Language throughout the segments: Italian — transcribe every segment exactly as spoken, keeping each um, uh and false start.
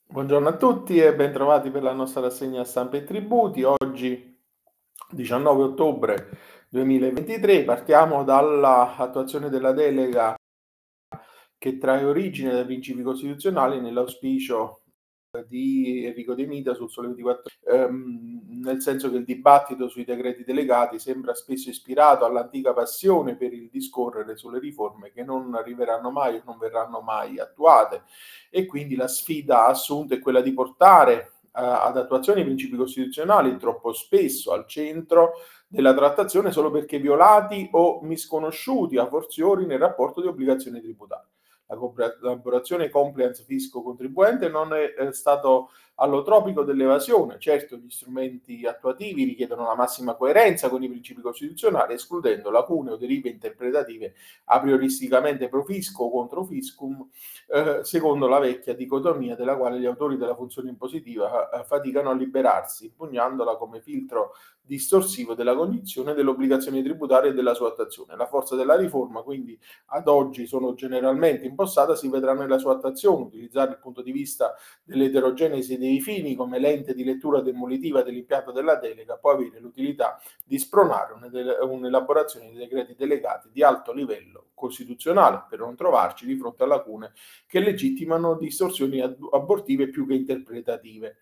Buongiorno a tutti e bentrovati per la nostra rassegna stampa e tributi. Oggi, diciannove ottobre duemilaventitré, partiamo dall'attuazione della delega che trae origine dai principi costituzionali nell'auspicio di Enrico De Mita sul Sole ventiquattro, ehm, nel senso che il dibattito sui decreti delegati sembra spesso ispirato all'antica passione per il discorrere sulle riforme che non arriveranno mai o non verranno mai attuate, e quindi la sfida assunta è quella di portare eh, ad attuazione i principi costituzionali troppo spesso al centro della trattazione solo perché violati o misconosciuti a forziori nel rapporto di obbligazioni tributarie. La collaborazione compliance fisco-contribuente non è eh, stato allotropico dell'evasione. Certo, gli strumenti attuativi richiedono la massima coerenza con i principi costituzionali, escludendo lacune o derive interpretative a prioristicamente pro fisco o contro fiscum, eh, secondo la vecchia dicotomia della quale gli autori della funzione impositiva eh, faticano a liberarsi, impugnandola come filtro distorsivo della cognizione dell'obbligazione tributaria e della sua attuazione. La forza della riforma, quindi, ad oggi sono generalmente impostata, si vedrà nella sua attuazione. Utilizzare il punto di vista dell'eterogenesi dei fini come lente di lettura demolitiva dell'impianto della delega può avere l'utilità di spronare un'elaborazione di decreti delegati di alto livello costituzionale, per non trovarci di fronte a lacune che legittimano distorsioni abortive più che interpretative.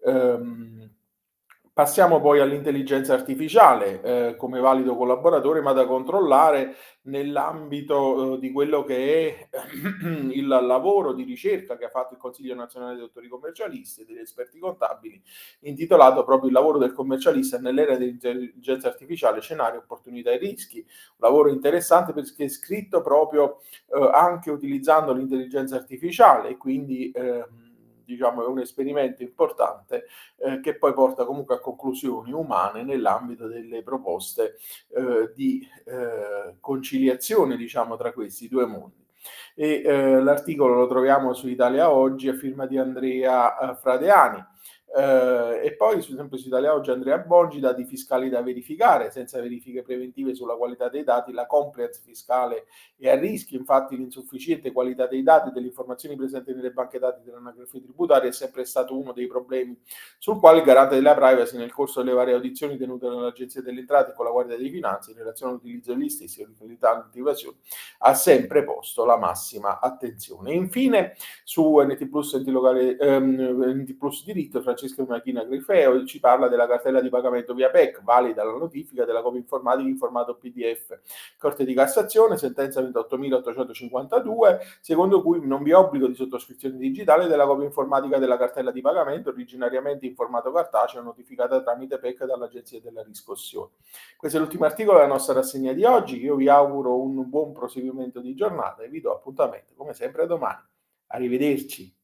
Um, Passiamo poi all'intelligenza artificiale eh, come valido collaboratore, ma da controllare nell'ambito eh, di quello che è il lavoro di ricerca che ha fatto il Consiglio nazionale dei dottori commercialisti e degli esperti contabili, intitolato proprio Il lavoro del commercialista nell'era dell'intelligenza artificiale, scenari, opportunità e rischi. Un lavoro interessante perché è scritto proprio eh, anche utilizzando l'intelligenza artificiale, e quindi eh, diciamo è un esperimento importante eh, che poi porta comunque a conclusioni umane nell'ambito delle proposte eh, di eh, conciliazione, diciamo, tra questi due mondi. E eh, l'articolo lo troviamo su Italia Oggi a firma di Andrea eh, Fradeani. Eh, e poi su, sempre su Italia Oggi Andrea Bongi, dati fiscali da verificare, senza verifiche preventive sulla qualità dei dati, la compliance fiscale è a rischio. Infatti l'insufficiente qualità dei dati e delle informazioni presenti nelle banche dati dell'anagrafia tributaria è sempre stato uno dei problemi sul quale il garante della privacy, nel corso delle varie audizioni tenute dall'Agenzia delle Entrate e con la Guardia di Finanza in relazione all'utilizzo degli stessi e all'utilità anti-evasione, ha sempre posto la massima attenzione. E infine su N T Plus, enti locali, ehm, N T Plus diritto, Francesca Machina Grifeo ci parla della cartella di pagamento via P E C, valida la notifica della copia informatica in formato P D F. Corte di Cassazione, sentenza ventottomilaottocentocinquantadue, secondo cui non vi è obbligo di sottoscrizione digitale della copia informatica della cartella di pagamento, originariamente in formato cartaceo, notificata tramite P E C dall'Agenzia della Riscossione. Questo è l'ultimo articolo della nostra rassegna di oggi. Io vi auguro un buon proseguimento di giornata e vi do appuntamento, come sempre, a domani. Arrivederci.